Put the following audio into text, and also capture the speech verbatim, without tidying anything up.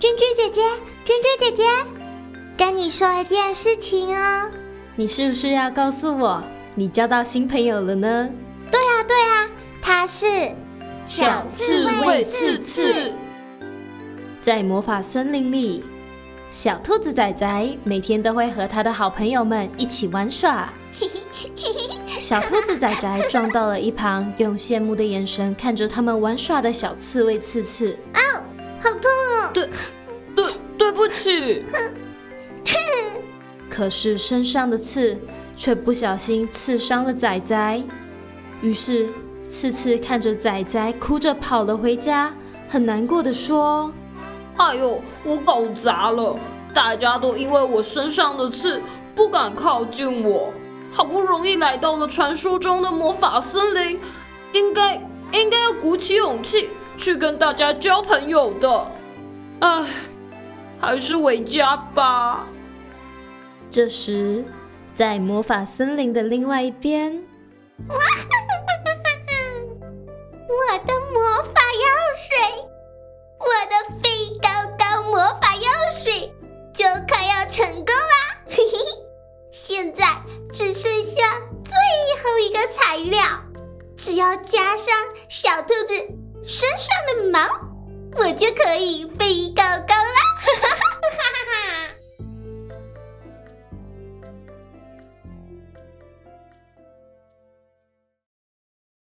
君君姐姐，君君姐姐，跟你说一件事情哦。 你是不是要告诉我，你交到新朋友了呢？ 对啊，对啊，他是小刺猬刺刺。 在魔法森林里，小兔子仔仔每天都会和他的好朋友们一起玩耍。小兔子仔仔撞到了一旁用羡慕的眼神看着他们玩耍的小刺猬刺刺。 哦，好痛哦！ 对，对，对不起。 可是身上的刺却不小心刺伤了仔仔，于是刺刺看着仔仔哭着跑了回家，很难过的说： 哎呦，我搞砸了！大家都因为我身上的刺不敢靠近我，好不容易来到了传说中的魔法森林，应该应该要鼓起勇气去跟大家交朋友的。唉，还是回家吧。 这时，在魔法森林的另外一边， 我的魔法药水，我的飞高高魔法药水就快要成功啦！嘿嘿，现在只剩下最后一个材料，只要加上小兔子身上的毛，我就可以飞高高啦！哈哈哈。